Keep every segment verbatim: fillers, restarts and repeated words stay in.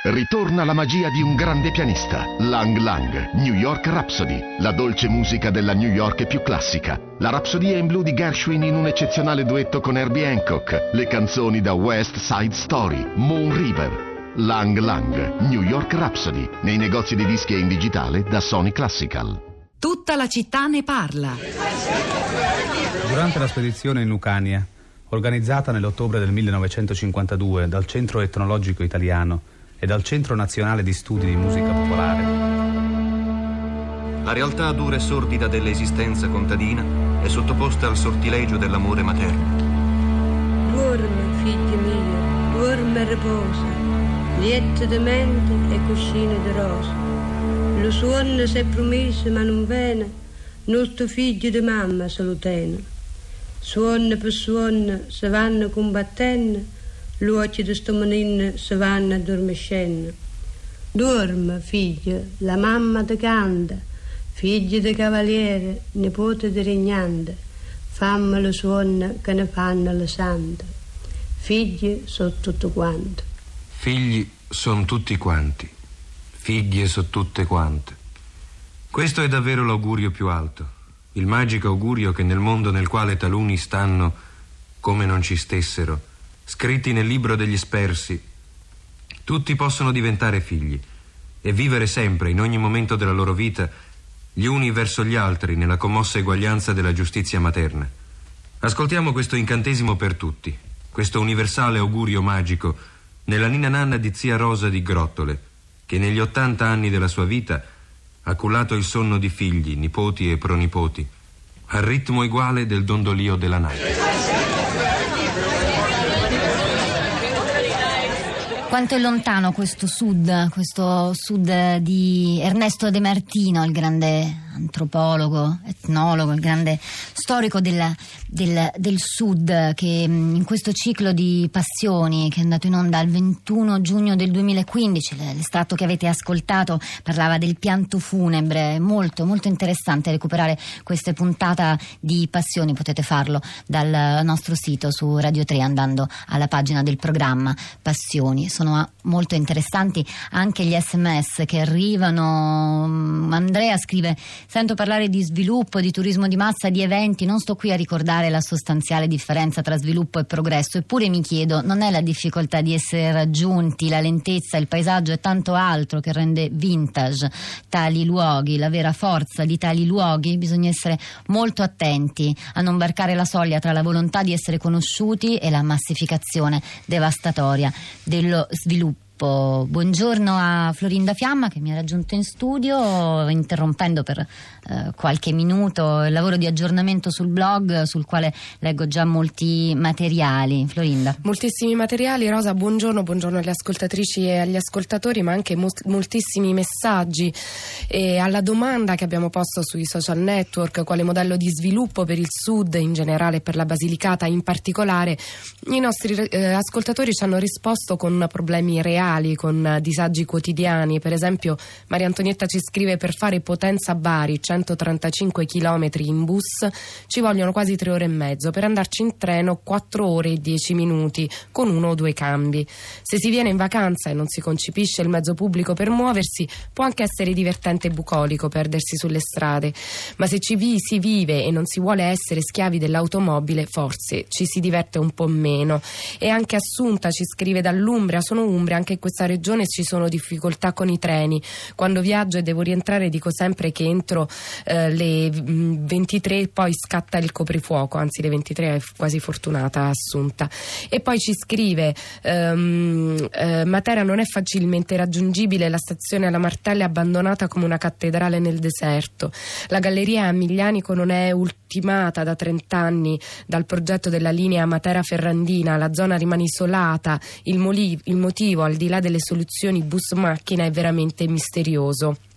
Ritorna la magia di un grande pianista, Lang Lang, New York Rhapsody, la dolce musica della New York più classica. La Rapsodia in blu di Gershwin in un eccezionale duetto con Herbie Hancock, le canzoni da West Side Story, Moon River. Lang Lang, New York Rhapsody, nei negozi di dischi e in digitale da Sony Classical. Tutta la città ne parla. Durante la spedizione in Lucania, organizzata nell'ottobre del millenovecentocinquantadue dal Centro Etnologico Italiano e dal Centro Nazionale di Studi di Musica Popolare, la realtà dura e sordida dell'esistenza contadina è sottoposta al sortilegio dell'amore materno. Dorme, figlia mia, dorme e riposa, lietta di mente e cuscine di rosa. Lo suono si è promesso ma non viene, nostro figlio di mamma se lo tiene. Suono per suono si vanno combattendo, gli occhi di sto menino si vanno addormescendo. Dorme, figlia, la mamma ti canta, figlia di cavaliere, nipote di regnante, fammi le suona che ne fanno le sante. Figli sono tutto quanto. Figli sono tutti quanti, figlie sono tutte quante. Questo è davvero l'augurio più alto, il magico augurio che nel mondo nel quale taluni stanno come non ci stessero, scritti nel libro degli spersi, tutti possono diventare figli e vivere sempre, in ogni momento della loro vita, gli uni verso gli altri nella commossa eguaglianza della giustizia materna. Ascoltiamo questo incantesimo per tutti, questo universale augurio magico nella ninna nanna di zia Rosa di Grottole, che negli ottanta anni della sua vita ha cullato il sonno di figli, nipoti e pronipoti, al ritmo uguale del dondolio della nave. Quanto è lontano questo sud, questo sud di Ernesto De Martino, il grande antropologo, etnologo, il grande storico del, del, del sud, che in questo ciclo di passioni che è andato in onda il ventuno giugno del duemilaquindici, l'estratto che avete ascoltato parlava del pianto funebre. Molto molto interessante recuperare queste puntate di passioni. Potete farlo dal nostro sito su Radio tre andando alla pagina del programma Passioni. Sono molto interessanti anche gli sms che arrivano. Andrea scrive: sento parlare di sviluppo, di turismo di massa, di eventi, non sto qui a ricordare la sostanziale differenza tra sviluppo e progresso, eppure mi chiedo, non è la difficoltà di essere raggiunti, la lentezza, il paesaggio e tanto altro che rende vintage tali luoghi? La vera forza di tali luoghi? Bisogna essere molto attenti a non varcare la soglia tra la volontà di essere conosciuti e la massificazione devastatoria dello sviluppo. Buongiorno a Florinda Fiamma, che mi ha raggiunto in studio interrompendo per eh, qualche minuto il lavoro di aggiornamento sul blog, sul quale leggo già molti materiali. Florinda. Moltissimi materiali, Rosa, buongiorno, buongiorno alle ascoltatrici e agli ascoltatori, ma anche mo- moltissimi messaggi e alla domanda che abbiamo posto sui social network: quale modello di sviluppo per il Sud in generale e per la Basilicata in particolare. I nostri eh, ascoltatori ci hanno risposto con problemi reali, con disagi quotidiani. Per esempio Maria Antonietta ci scrive: per fare Potenza-Bari centotrentacinque chilometri in bus ci vogliono quasi tre ore e mezzo, per andarci in treno quattro ore e dieci minuti con uno o due cambi. Se si viene in vacanza e non si concepisce il mezzo pubblico per muoversi, può anche essere divertente e bucolico perdersi sulle strade, ma se ci vi, si vive e non si vuole essere schiavi dell'automobile, forse ci si diverte un po' meno. E anche Assunta ci scrive dall'Umbria: sono Umbria, anche in questa regione ci sono difficoltà con i treni. Quando viaggio e devo rientrare dico sempre che entro eh, le ventitré poi scatta il coprifuoco, anzi le ventitré, è quasi fortunata Assunta. E poi ci scrive ehm, eh, Matera non è facilmente raggiungibile, la stazione alla Martella è abbandonata come una cattedrale nel deserto, la galleria a Miglianico non è ultimata da trenta anni dal progetto della linea Matera-Ferrandina, la zona rimane isolata, il, moli- il motivo al di là delle soluzioni bus-macchina è veramente misterioso.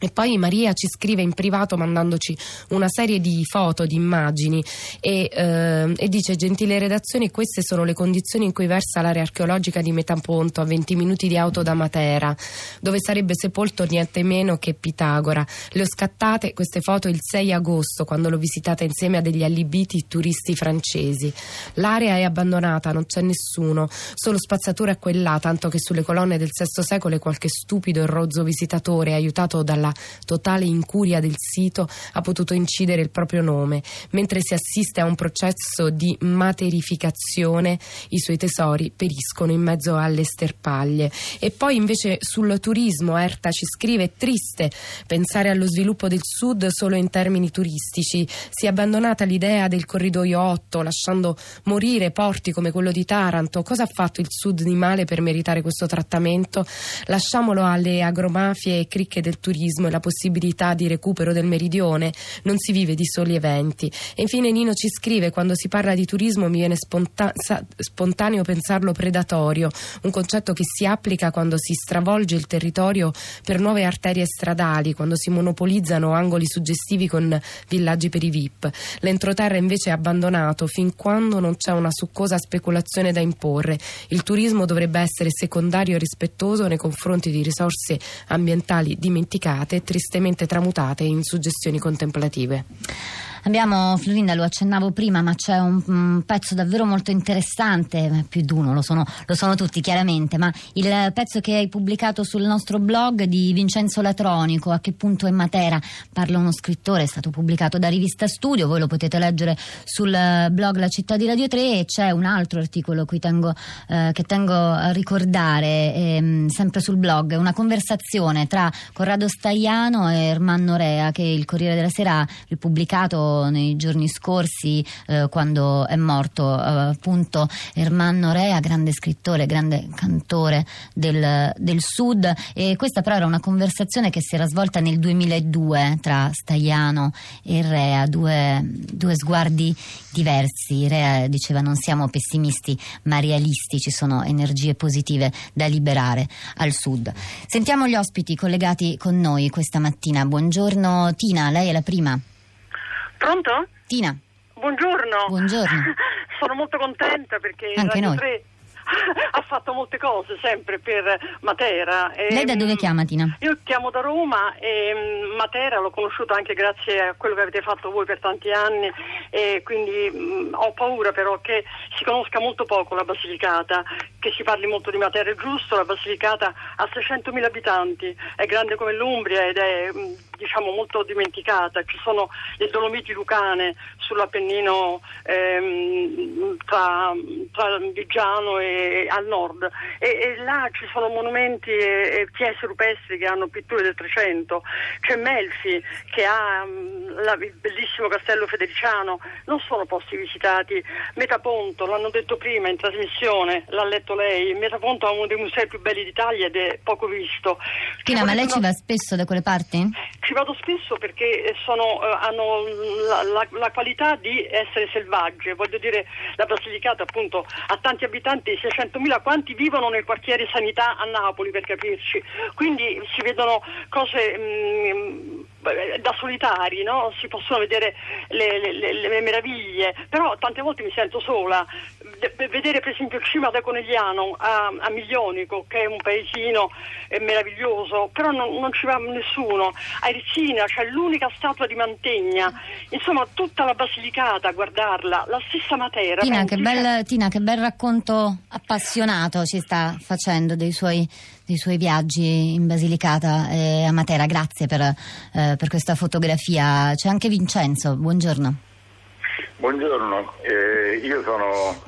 E poi Maria ci scrive in privato mandandoci una serie di foto, di immagini e, eh, e dice: gentile redazione, queste sono le condizioni in cui versa l'area archeologica di Metaponto, a venti minuti di auto da Matera, dove sarebbe sepolto niente meno che Pitagora. Le ho scattate queste foto il sei agosto, quando l'ho visitata insieme a degli allibiti turisti francesi. L'area è abbandonata, non c'è nessuno, solo spazzatura qua e là, tanto che sulle colonne del sesto secolo qualche stupido e rozzo visitatore, aiutato dalla totale incuria del sito, ha potuto incidere il proprio nome. Mentre si assiste a un processo di materificazione, i suoi tesori periscono in mezzo alle sterpaglie. E poi invece sul turismo Erta ci scrive: triste pensare allo sviluppo del sud solo in termini turistici. Si è abbandonata l'idea del corridoio otto, lasciando morire porti come quello di Taranto. Cosa ha fatto il sud di male per meritare questo trattamento? Lasciamolo alle agromafie e cricche del turismo e la possibilità di recupero del meridione. Non si vive di soli eventi. E infine Nino ci scrive: quando si parla di turismo mi viene sponta- spontaneo pensarlo predatorio, un concetto che si applica quando si stravolge il territorio per nuove arterie stradali, quando si monopolizzano angoli suggestivi con villaggi per i V I P. L'entroterra invece è abbandonato fin quando non c'è una succosa speculazione da imporre. Il turismo dovrebbe essere secondario e rispettoso nei confronti di risorse ambientali dimenticate e tristemente tramutate in suggestioni contemplative. Abbiamo, Florinda, lo accennavo prima, ma c'è un, un pezzo davvero molto interessante, più di uno, lo sono, lo sono tutti chiaramente, ma il pezzo che hai pubblicato sul nostro blog di Vincenzo Latronico, A che punto è Matera, parla uno scrittore, è stato pubblicato da Rivista Studio, voi lo potete leggere sul blog La Città di Radio tre, e c'è un altro articolo cui tengo, eh, che tengo a ricordare, ehm, sempre sul blog, una conversazione tra Corrado Staiano e Ermanno Rea, che il Corriere della Sera ha ripubblicato nei giorni scorsi, eh, quando è morto eh, appunto Ermanno Rea, grande scrittore, grande cantore del, del Sud. E questa però era una conversazione che si era svolta nel duemiladue tra Staiano e Rea, due, due sguardi diversi. Rea diceva: non siamo pessimisti ma realisti, ci sono energie positive da liberare al Sud. Sentiamo gli ospiti collegati con noi questa mattina. Buongiorno Tina, lei è la prima. Pronto? Tina. Buongiorno. Buongiorno. Sono molto contenta perché anche Radio noi tre ha fatto molte cose sempre per Matera. E, lei da dove chiama, Tina? Io chiamo da Roma e Matera l'ho conosciuta anche grazie a quello che avete fatto voi per tanti anni, e quindi mh, ho paura però che si conosca molto poco la Basilicata, che si parli molto di Matera. È giusto, la Basilicata ha seicentomila abitanti, è grande come l'Umbria ed è mh, diciamo molto dimenticata. Ci sono le Dolomiti Lucane sull'Appennino, ehm, tra, tra Viggiano e al nord, e, e là ci sono monumenti e, e chiese rupestri che hanno pitture del Trecento. C'è Melfi che ha um, la, il bellissimo castello federiciano. Non sono posti visitati. Metaponto, l'hanno detto prima in trasmissione, l'ha letto lei, Metaponto ha uno dei musei più belli d'Italia ed è poco visto. Tina, ma lei ci va spesso da quelle parti? Ci vado spesso perché sono, uh, hanno la, la, la qualità di essere selvagge. Voglio dire, la Basilicata appunto ha tanti abitanti, seicentomila, quanti vivono nel quartiere Sanità a Napoli, per capirci. Quindi si vedono cose mh, da solitari, no? Si possono vedere le, le, le, le meraviglie, però tante volte mi sento sola. Vedere per esempio il Cima da Conegliano a, a Miglionico, che è un paesino è meraviglioso, però non, non ci va nessuno. A Rizzina c'è l'unica statua di Mantegna, insomma tutta la Basilicata a guardarla, la stessa Matera. Tina, che bel, Tina, che bel racconto appassionato ci sta facendo dei suoi, dei suoi viaggi in Basilicata e a Matera. Grazie per, eh, per questa fotografia. C'è anche Vincenzo, buongiorno. Buongiorno, eh, io sono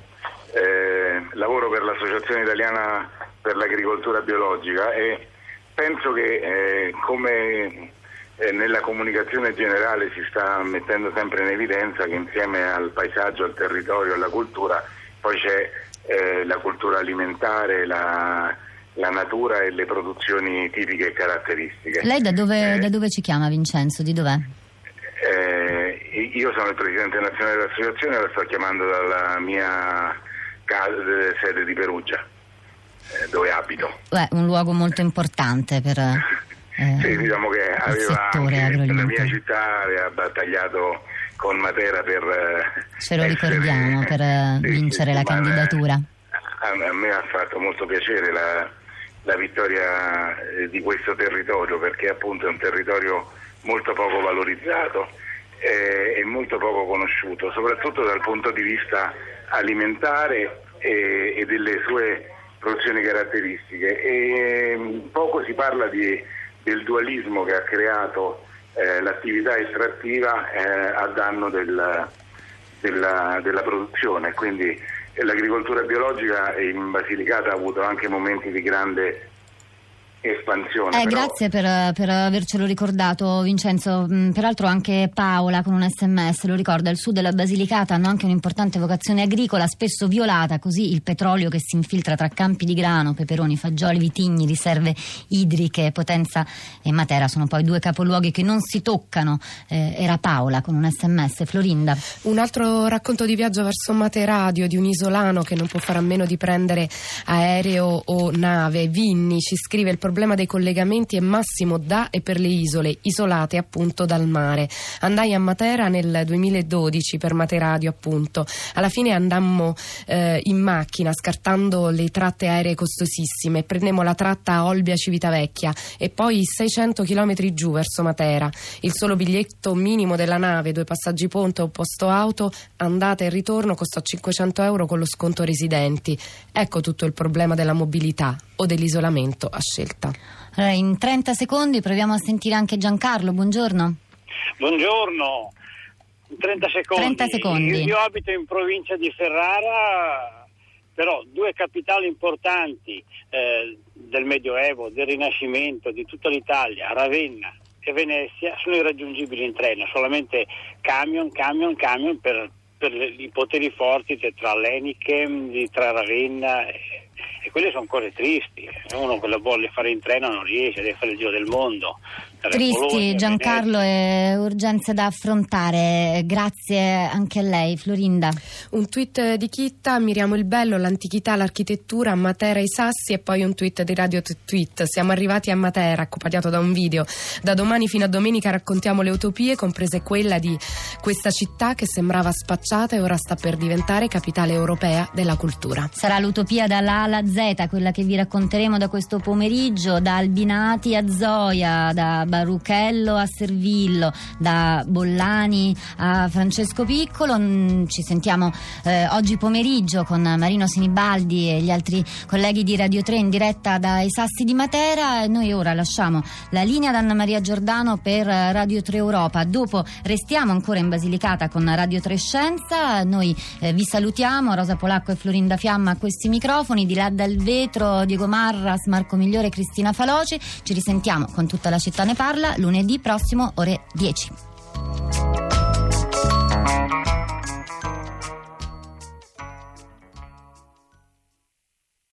eh, lavoro per l'Associazione Italiana per l'Agricoltura Biologica e penso che eh, come eh, nella comunicazione generale si sta mettendo sempre in evidenza che insieme al paesaggio, al territorio, alla cultura poi c'è eh, la cultura alimentare, la, la natura e le produzioni tipiche e caratteristiche. Lei da dove, eh, da dove ci chiama, Vincenzo? Di dov'è? Eh, io sono il presidente nazionale dell'associazione e la sto chiamando dalla mia casa, sede di Perugia, eh, dove abito. Beh, un luogo molto importante per, eh, sì, diciamo che aveva anche la mia città aveva battagliato con Matera per ce lo essere, ricordiamo per sì, vincere sì, la candidatura. A, a me ha fatto molto piacere la, la vittoria di questo territorio, perché appunto è un territorio molto poco valorizzato eh, e molto poco conosciuto, soprattutto dal punto di vista alimentare e, e delle sue produzioni caratteristiche. E poco si parla di, del dualismo che ha creato eh, l'attività estrattiva eh, a danno del, della, della produzione, quindi eh, l'agricoltura biologica in Basilicata ha avuto anche momenti di grande espansione. Eh, però... Grazie per, per avercelo ricordato, Vincenzo. Peraltro anche Paola con un sms lo ricorda: il sud e la Basilicata hanno anche un'importante vocazione agricola, spesso violata, così il petrolio che si infiltra tra campi di grano, peperoni, fagioli, vitigni, riserve idriche, Potenza e Matera sono poi due capoluoghi che non si toccano. Eh, era Paola con un sms. Florinda. Un altro racconto di viaggio verso Materadio di un isolano che non può fare a meno di prendere aereo o nave. Vinni ci scrive: il problema dei collegamenti è massimo da e per le isole isolate appunto dal mare. Andai a Matera nel duemiladodici per Materadio appunto. Alla fine andammo eh, in macchina scartando le tratte aeree costosissime, prendemmo la tratta Olbia-Civitavecchia e poi seicento chilometri giù verso Matera. Il solo biglietto minimo della nave, due passaggi ponte o posto auto, andata e ritorno, costò cinquecento euro con lo sconto residenti. Ecco tutto il problema della mobilità o dell'isolamento a scelta. Allora, in trenta secondi proviamo a sentire anche Giancarlo. Buongiorno. Buongiorno. In trenta secondi. trenta secondi. Io, io abito in provincia di Ferrara, però due capitali importanti eh, del Medioevo, del Rinascimento, di tutta l'Italia, Ravenna e Venezia, sono irraggiungibili in treno, solamente camion, camion, camion per, per i poteri forti tra l'Enichem, tra Ravenna e, e quelle sono cose tristi. Uno che la vuole fare in treno non riesce, deve fare il giro del mondo. Tristi, Giancarlo, e urgenze da affrontare. Grazie anche a lei, Florinda. Un tweet di Chitta: ammiriamo il bello, l'antichità, l'architettura, Matera e i sassi. E poi un tweet di Radio Tweet: siamo arrivati a Matera, accompagnato da un video. Da domani fino a domenica raccontiamo le utopie, comprese quella di questa città che sembrava spacciata e ora sta per diventare capitale europea della cultura. Sarà l'utopia dalla A alla Z, quella che vi racconteremo da questo pomeriggio, da Albinati a Zoia, da Baruchello a Servillo, da Bollani a Francesco Piccolo. Ci sentiamo eh, oggi pomeriggio con Marino Sinibaldi e gli altri colleghi di Radio tre in diretta dai Sassi di Matera. Noi ora lasciamo la linea ad Anna Maria Giordano per Radio tre Europa. Dopo restiamo ancora in Basilicata con Radio tre Scienza. Noi eh, vi salutiamo, Rosa Polacco e Florinda Fiamma a questi microfoni, di là dal vetro Diego Marras, Marco Migliore e Cristina Faloci. Ci risentiamo con Tutta la città ne parla lunedì prossimo ore dieci.